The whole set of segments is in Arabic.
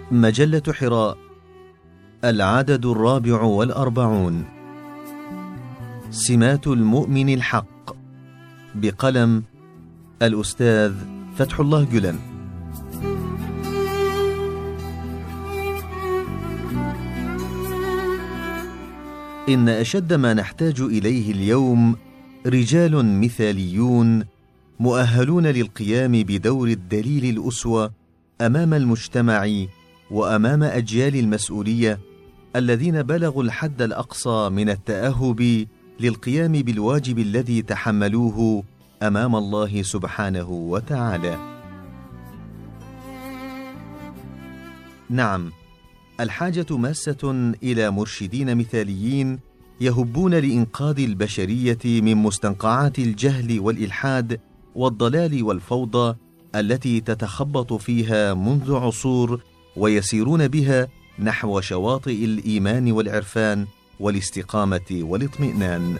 مجلة حراء، العدد 44، سمات المؤمن الحق، بقلم الأستاذ فتح الله جلن. إن أشد ما نحتاج إليه اليوم رجال مثاليون مؤهلون للقيام بدور الدليل الأسوة أمام المجتمع وأمام أجيال المسؤولية، الذين بلغوا الحد الأقصى من التأهب للقيام بالواجب الذي تحملوه أمام الله سبحانه وتعالى. نعم، الحاجة ماسة إلى مرشدين مثاليين يهبون لإنقاذ البشرية من مستنقعات الجهل والإلحاد والضلال والفوضى التي تتخبط فيها منذ عصور، ويسيرون بها نحو شواطئ الإيمان والعرفان والاستقامة والاطمئنان.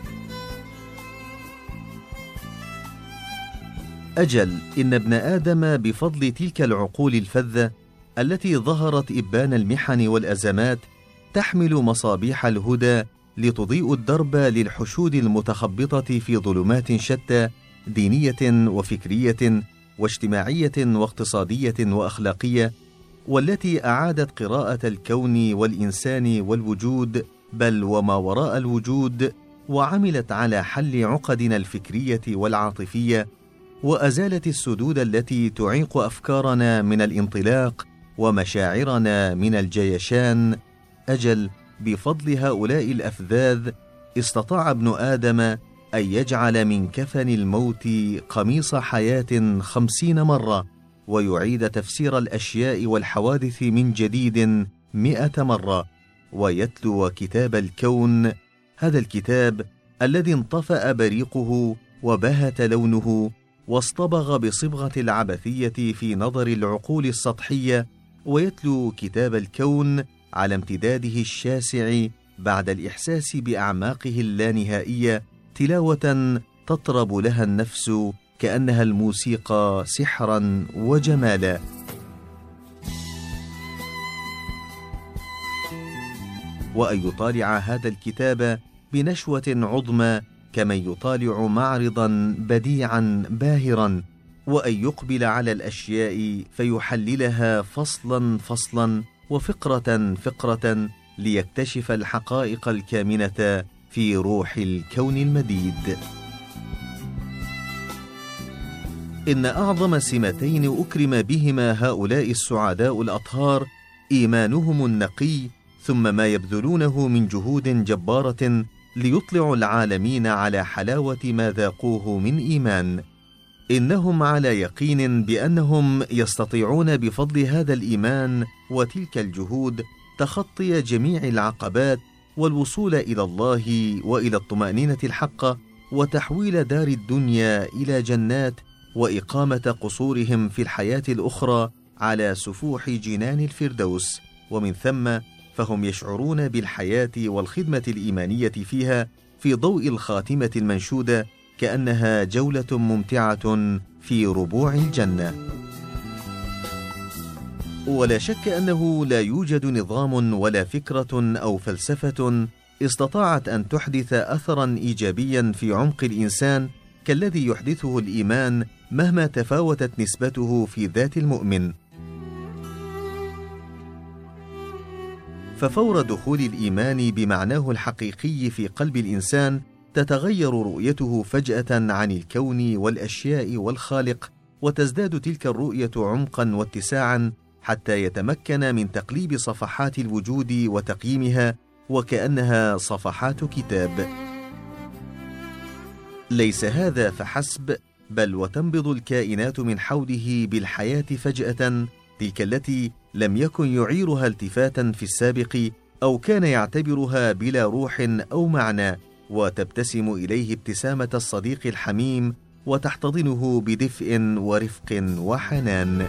أجل، إن ابن آدم بفضل تلك العقول الفذة التي ظهرت إبان المحن والأزمات تحمل مصابيح الهدى لتضيء الدرب للحشود المتخبطة في ظلمات شتى، دينية وفكرية واجتماعية واقتصادية وأخلاقية، والتي أعادت قراءة الكون والإنسان والوجود بل وما وراء الوجود، وعملت على حل عقدنا الفكرية والعاطفية، وأزالت السدود التي تعيق أفكارنا من الانطلاق ومشاعرنا من الجيشان. أجل، بفضل هؤلاء الأفذاذ استطاع ابن آدم أن يجعل من كفن الموت قميص حياة 50 مرة، ويعيد تفسير الأشياء والحوادث من جديد 100 مرة، ويتلو كتاب الكون، هذا الكتاب الذي انطفأ بريقه وبهت لونه واصطبغ بصبغة العبثية في نظر العقول السطحية، ويتلو كتاب الكون على امتداده الشاسع بعد الإحساس بأعماقه اللانهائية تلاوة تطرب لها النفس كأنها الموسيقى سحرا وجمالا. وأن يطالع هذا الكتاب بنشوة عظمى كمن يطالع معرضا بديعا باهرا، وأن يقبل على الأشياء فيحللها فصلا فصلا وفقرة فقرة ليكتشف الحقائق الكامنة في روح الكون المديد. إن أعظم سمتين أكرم بهما هؤلاء السعداء الأطهار إيمانهم النقي، ثم ما يبذلونه من جهود جبارة ليطلعوا العالمين على حلاوة ما ذاقوه من إيمان. إنهم على يقين بأنهم يستطيعون بفضل هذا الإيمان وتلك الجهود تخطي جميع العقبات والوصول إلى الله وإلى الطمأنينة الحقة، وتحويل دار الدنيا إلى جنات، وإقامة قصورهم في الحياة الأخرى على سفوح جنان الفردوس، ومن ثم فهم يشعرون بالحياة والخدمة الإيمانية فيها في ضوء الخاتمة المنشودة كأنها جولة ممتعة في ربوع الجنة. ولا شك أنه لا يوجد نظام ولا فكرة أو فلسفة استطاعت أن تحدث أثرا إيجابيا في عمق الإنسان كالذي يحدثه الإيمان مهما تفاوتت نسبته في ذات المؤمن. ففور دخول الإيمان بمعناه الحقيقي في قلب الإنسان تتغير رؤيته فجأة عن الكون والأشياء والخالق، وتزداد تلك الرؤية عمقا واتساعا حتى يتمكن من تقليب صفحات الوجود وتقييمها وكأنها صفحات كتاب. ليس هذا فحسب، بل وتنبض الكائنات من حوله بالحياة فجأة، تلك التي لم يكن يعيرها التفاتا في السابق أو كان يعتبرها بلا روح أو معنى، وتبتسم إليه ابتسامة الصديق الحميم وتحتضنه بدفء ورفق وحنان.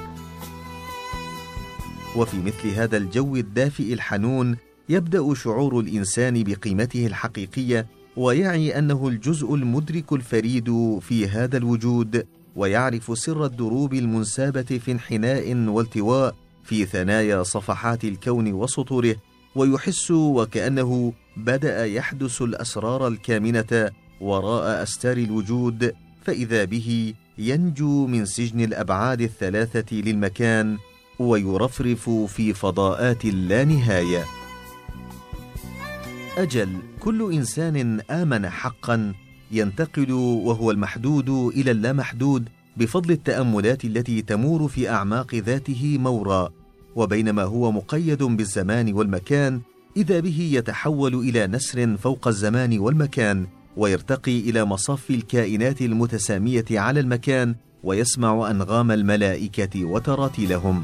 وفي مثل هذا الجو الدافئ الحنون يبدأ شعور الإنسان بقيمته الحقيقية، ويعي أنه الجزء المدرك الفريد في هذا الوجود، ويعرف سر الدروب المنسابة في انحناء والتواء في ثنايا صفحات الكون وسطوره، ويحس وكأنه بدأ يحدث الأسرار الكامنة وراء أستار الوجود، فإذا به ينجو من سجن الأبعاد الثلاثة للمكان ويرفرف في فضاءات اللانهاية. أجل، كل إنسان آمن حقا ينتقل وهو المحدود إلى اللامحدود بفضل التأملات التي تمور في أعماق ذاته مورا، وبينما هو مقيد بالزمان والمكان إذا به يتحول إلى نسر فوق الزمان والمكان، ويرتقي إلى مصاف الكائنات المتسامية على المكان، ويسمع أنغام الملائكة وتراتيلهم.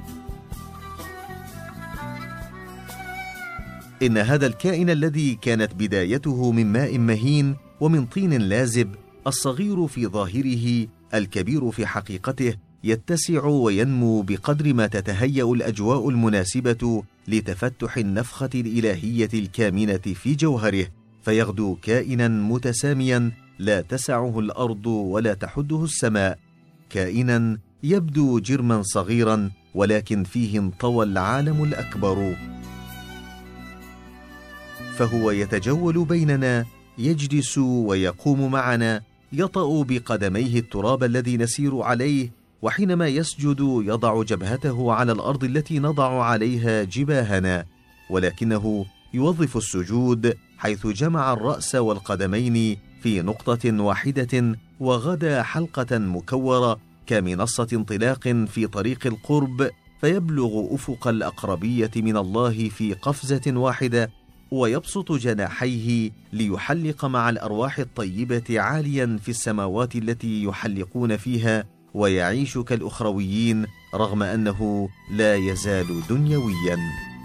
إن هذا الكائن الذي كانت بدايته من ماء مهين ومن طين لازب، الصغير في ظاهره الكبير في حقيقته، يتسع وينمو بقدر ما تتهيأ الأجواء المناسبة لتفتح النفخة الإلهية الكامنة في جوهره، فيغدو كائنا متساميا لا تسعه الأرض ولا تحده السماء، كائنا يبدو جرما صغيرا ولكن فيه انطوى العالم الأكبر. فهو يتجول بيننا، يجلس ويقوم معنا، يطأ بقدميه التراب الذي نسير عليه، وحينما يسجد يضع جبهته على الأرض التي نضع عليها جباهنا، ولكنه يوظف السجود حيث جمع الرأس والقدمين في نقطة واحدة، وغدا حلقة مكورة كمنصة انطلاق في طريق القرب، فيبلغ أفق الأقربية من الله في قفزة واحدة، ويبسط جناحيه ليحلق مع الأرواح الطيبة عاليا في السماوات التي يحلقون فيها، ويعيش كالأخرويين رغم أنه لا يزال دنيويا.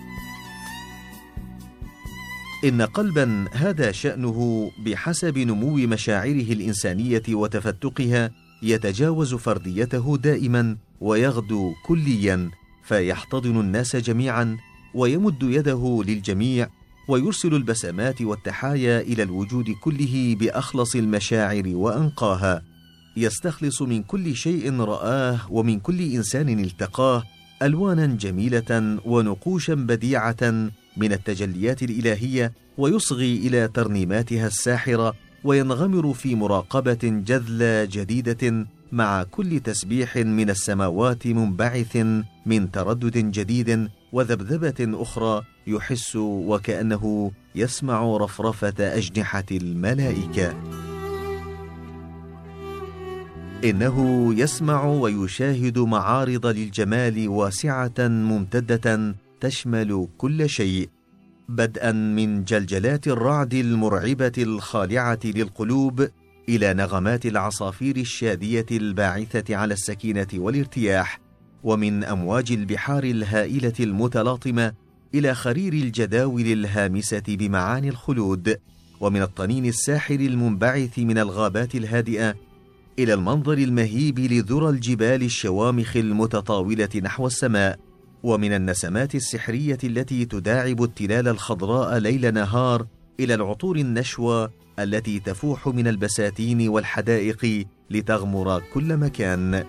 إن قلبا هذا شأنه بحسب نمو مشاعره الإنسانية وتفتقها يتجاوز فرديته دائما ويغدو كليا، فيحتضن الناس جميعا ويمد يده للجميع، ويرسل البسمات والتحايا إلى الوجود كله بأخلص المشاعر وأنقاها، يستخلص من كل شيء رآه ومن كل إنسان التقاه ألوانا جميلة ونقوشا بديعة من التجليات الإلهية، ويصغي إلى ترنيماتها الساحرة، وينغمر في مراقبة جذلة جديدة مع كل تسبيح من السماوات منبعث من تردد جديد وذبذبة أخرى، يحس وكأنه يسمع رفرفة أجنحة الملائكة. إنه يسمع ويشاهد معارض للجمال واسعة ممتدة تشمل كل شيء، بدءا من جلجلات الرعد المرعبة الخالعة للقلوب إلى نغمات العصافير الشادية الباعثة على السكينة والارتياح، ومن أمواج البحار الهائلة المتلاطمة إلى خرير الجداول الهامسة بمعاني الخلود، ومن الطنين الساحر المنبعث من الغابات الهادئة إلى المنظر المهيب لذرى الجبال الشوامخ المتطاولة نحو السماء، ومن النسمات السحرية التي تداعب التلال الخضراء ليل نهار إلى العطور النشوة التي تفوح من البساتين والحدائق لتغمر كل مكان.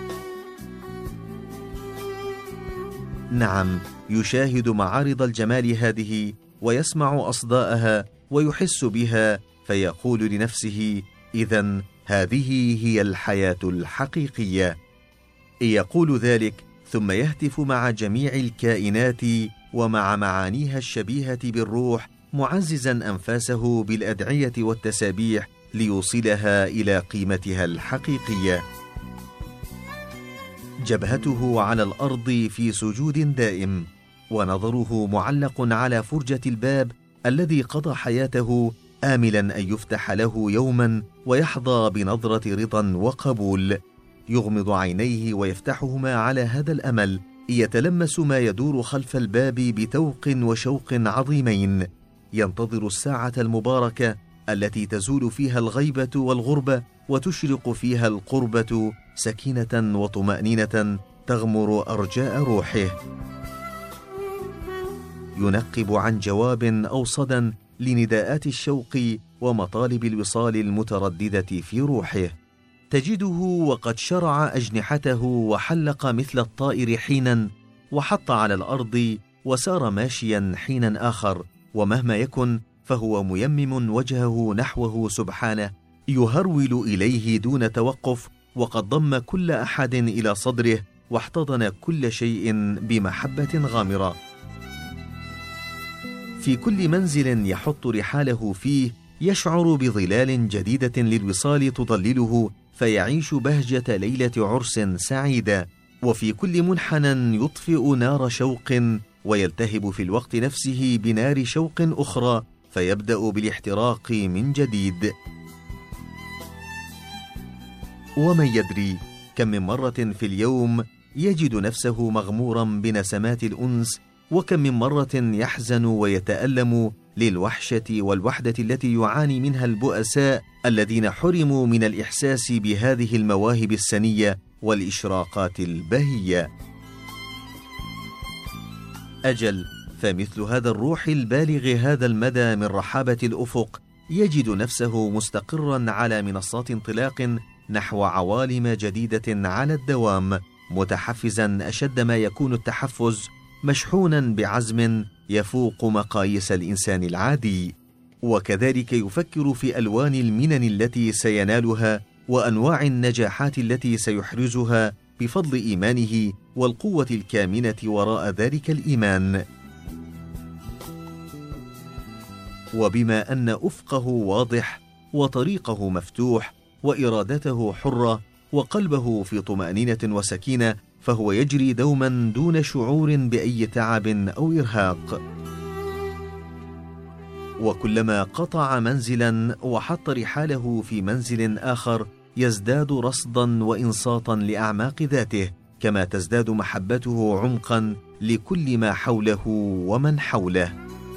نعم، يشاهد معارض الجمال هذه ويسمع أصداءها ويحس بها، فيقول لنفسه: إذن هذه هي الحياة الحقيقية. يقول ذلك ثم يهتف مع جميع الكائنات ومع معانيها الشبيهة بالروح، معززا أنفاسه بالأدعية والتسابيح ليوصلها إلى قيمتها الحقيقية. جبهته على الأرض في سجود دائم، ونظره معلق على فرجة الباب الذي قضى حياته آملا أن يفتح له يوما ويحظى بنظرة رضا وقبول. يغمض عينيه ويفتحهما على هذا الأمل، يتلمس ما يدور خلف الباب بتوق وشوق عظيمين، ينتظر الساعة المباركة التي تزول فيها الغيبة والغربة وتشرق فيها القربة سكينة وطمأنينة تغمر أرجاء روحه. ينقب عن جواب أو صدى لنداءات الشوق ومطالب الوصال المترددة في روحه. تجده وقد شرع أجنحته وحلق مثل الطائر حينا، وحط على الأرض وسار ماشيا حينا آخر، ومهما يكن فهو ميمم وجهه نحوه سبحانه، يهرول إليه دون توقف، وقد ضم كل أحد إلى صدره واحتضن كل شيء بمحبة غامرة. في كل منزل يحط رحاله فيه يشعر بظلال جديدة للوصال تظلله، فيعيش بهجة ليلة عرس سعيدة. وفي كل منحنى يطفئ نار شوق، ويلتهب في الوقت نفسه بنار شوق أخرى، فيبدأ بالاحتراق من جديد. ومن يدري كم من مرة في اليوم يجد نفسه مغمورا بنسمات الأنس، وكم من مرة يحزن ويتألم للوحشة والوحدة التي يعاني منها البؤساء الذين حرموا من الإحساس بهذه المواهب السنية والإشراقات البهية. أجل، فمثل هذا الروح البالغ هذا المدى من رحابة الأفق يجد نفسه مستقرا على منصات انطلاق نحو عوالم جديدة على الدوام، متحفزا أشد ما يكون التحفز، مشحونا بعزم يفوق مقاييس الإنسان العادي. وكذلك يفكر في ألوان المنن التي سينالها وأنواع النجاحات التي سيحرزها بفضل إيمانه والقوة الكامنة وراء ذلك الإيمان. وبما أن أفقه واضح وطريقه مفتوح وإرادته حرة وقلبه في طمأنينة وسكينة، فهو يجري دوما دون شعور بأي تعب أو إرهاق. وكلما قطع منزلا وحط رحاله في منزل آخر يزداد رصدا وإنصاتا لأعماق ذاته، كما تزداد محبته عمقا لكل ما حوله ومن حوله.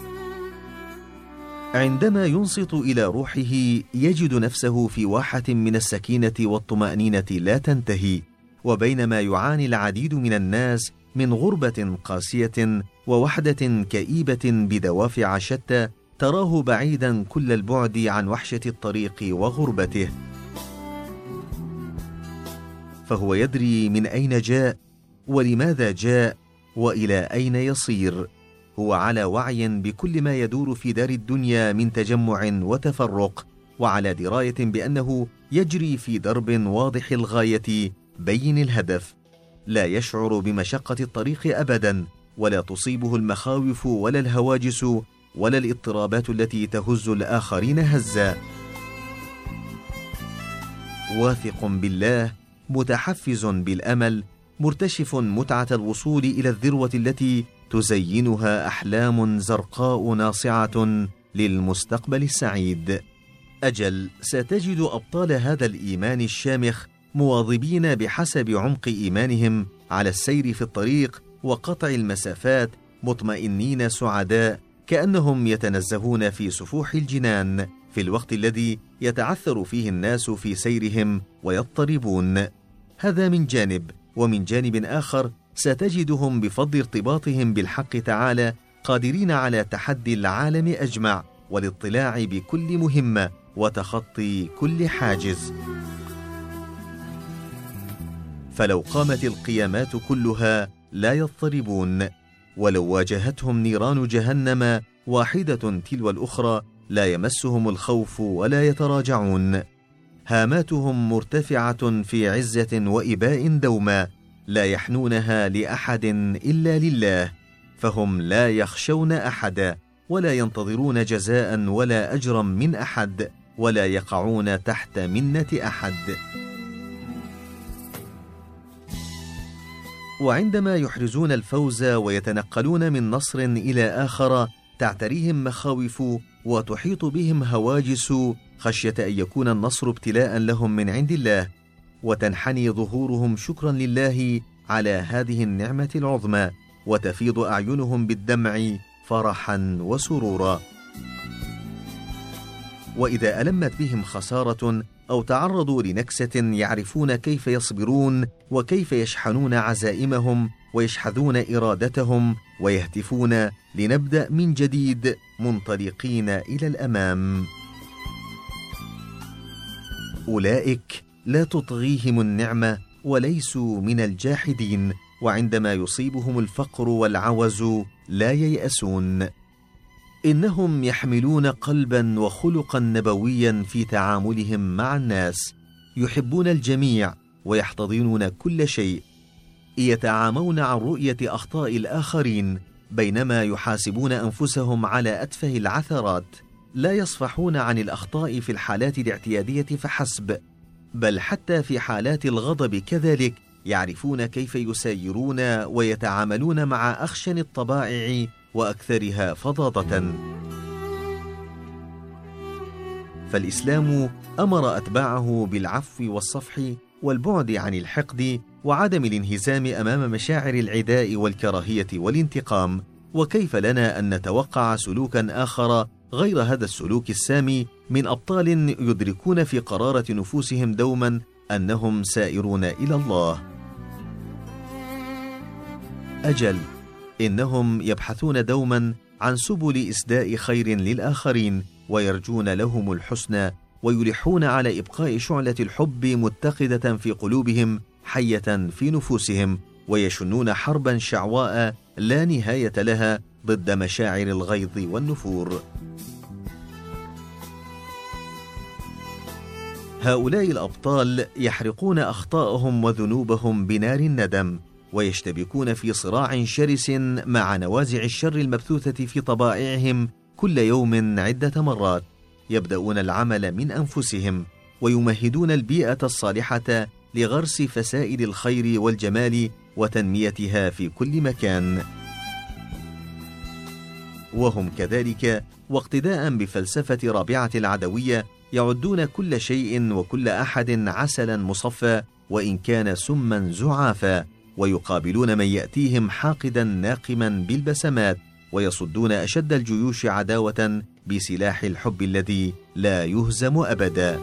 عندما ينصت إلى روحه يجد نفسه في واحة من السكينة والطمأنينة لا تنتهي. وبينما يعاني العديد من الناس من غربة قاسية ووحدة كئيبة بدوافع شتى، تراه بعيدا كل البعد عن وحشة الطريق وغربته، فهو يدري من أين جاء ولماذا جاء وإلى أين يصير. هو على وعي بكل ما يدور في دار الدنيا من تجمع وتفرق، وعلى دراية بأنه يجري في درب واضح الغاية بين الهدف، لا يشعر بمشقة الطريق أبدا، ولا تصيبه المخاوف ولا الهواجس ولا الاضطرابات التي تهز الآخرين هزا. واثق بالله، متحفز بالأمل، مرتشف متعة الوصول إلى الذروة التي تزينها أحلام زرقاء ناصعة للمستقبل السعيد. أجل، ستجد أبطال هذا الإيمان الشامخ مواظبين بحسب عمق إيمانهم على السير في الطريق وقطع المسافات، مطمئنين سعداء، كأنهم يتنزهون في سفوح الجنان، في الوقت الذي يتعثر فيه الناس في سيرهم ويضطربون. هذا من جانب، ومن جانب آخر ستجدهم بفضل ارتباطهم بالحق تعالى قادرين على تحدي العالم أجمع والاطلاع بكل مهمة وتخطي كل حاجز. فلو قامت القيامات كلها لا يضطربون، ولو واجهتهم نيران جهنم واحدة تلو الأخرى لا يمسهم الخوف ولا يتراجعون. هاماتهم مرتفعة في عزة وإباء دوما، لا يحنونها لأحد إلا لله، فهم لا يخشون أحدا ولا ينتظرون جزاء ولا أجرا من أحد، ولا يقعون تحت منة أحد. وعندما يحرزون الفوز ويتنقلون من نصر إلى آخر تعتريهم مخاوف وتحيط بهم هواجس خشية أن يكون النصر ابتلاء لهم من عند الله، وتنحني ظهورهم شكرا لله على هذه النعمة العظمى، وتفيض أعينهم بالدمع فرحا وسرورا. وإذا ألمت بهم خسارة أو تعرضوا لنكسة يعرفون كيف يصبرون وكيف يشحنون عزائمهم ويشحذون إرادتهم ويهتفون لنبدأ من جديد منطلقين إلى الأمام. أولئك لا تطغيهم النعمة وليسوا من الجاحدين، وعندما يصيبهم الفقر والعوز لا ييأسون. إنهم يحملون قلبا وخلقا نبويا في تعاملهم مع الناس، يحبون الجميع ويحتضنون كل شيء، يتعامون عن رؤية أخطاء الآخرين بينما يحاسبون أنفسهم على أتفه العثرات، لا يصفحون عن الأخطاء في الحالات الاعتيادية فحسب، بل حتى في حالات الغضب كذلك يعرفون كيف يسايرون ويتعاملون مع أخشن الطبائع وأكثرها فظاظة. فالإسلام أمر أتباعه بالعفو والصفح والبعد عن الحقد وعدم الانهزام أمام مشاعر العداء والكراهية والانتقام. وكيف لنا أن نتوقع سلوكا آخر غير هذا السلوك السامي من أبطال يدركون في قرارة نفوسهم دوما أنهم سائرون إلى الله؟ أجل، إنهم يبحثون دوما عن سبل إسداء خير للآخرين ويرجون لهم الحسنى، ويلحون على إبقاء شعلة الحب متقدة في قلوبهم حية في نفوسهم، ويشنون حربا شعواء لا نهاية لها ضد مشاعر الغيظ والنفور. هؤلاء الأبطال يحرقون أخطاءهم وذنوبهم بنار الندم، ويشتبكون في صراع شرس مع نوازع الشر المبثوثة في طبائعهم كل يوم عدة مرات. يبدأون العمل من أنفسهم ويمهدون البيئة الصالحة لغرس فسائل الخير والجمال وتنميتها في كل مكان. وهم كذلك واقتداء بفلسفة رابعة العدوية يعدون كل شيء وكل أحد عسلا مصفى وإن كان سما زعافا، ويقابلون من يأتيهم حاقدا ناقما بالبسمات، ويصدون أشد الجيوش عداوة بسلاح الحب الذي لا يهزم أبدا.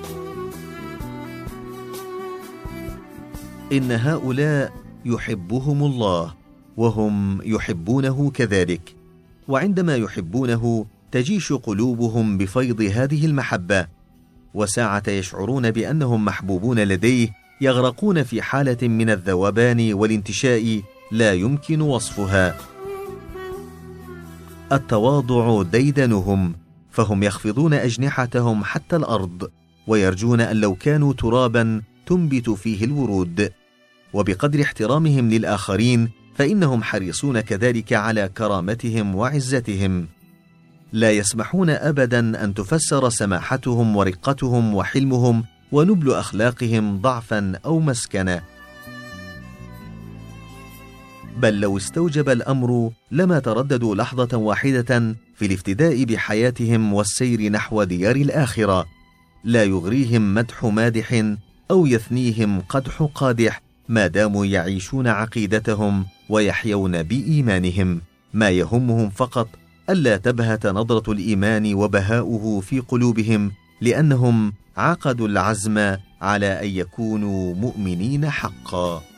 إن هؤلاء يحبهم الله وهم يحبونه كذلك، وعندما يحبونه تجيش قلوبهم بفيض هذه المحبة، وساعة يشعرون بأنهم محبوبون لديه يغرقون في حالة من الذوبان والانتشاء لا يمكن وصفها. التواضع ديدنهم، فهم يخفضون أجنحتهم حتى الأرض، ويرجون أن لو كانوا ترابا تنبت فيه الورود. وبقدر احترامهم للآخرين فإنهم حريصون كذلك على كرامتهم وعزتهم، لا يسمحون أبدا أن تفسر سماحتهم ورقتهم وحلمهم ونبل أخلاقهم ضعفا أو مسكنة، بل لو استوجب الأمر لما ترددوا لحظة واحدة في الافتداء بحياتهم والسير نحو ديار الآخرة. لا يغريهم مدح مادح أو يثنيهم قدح قادح ما داموا يعيشون عقيدتهم ويحيون بإيمانهم. ما يهمهم فقط ألا تبهت نظرة الإيمان وبهاؤه في قلوبهم، لأنهم عقدوا العزم على أن يكونوا مؤمنين حقا.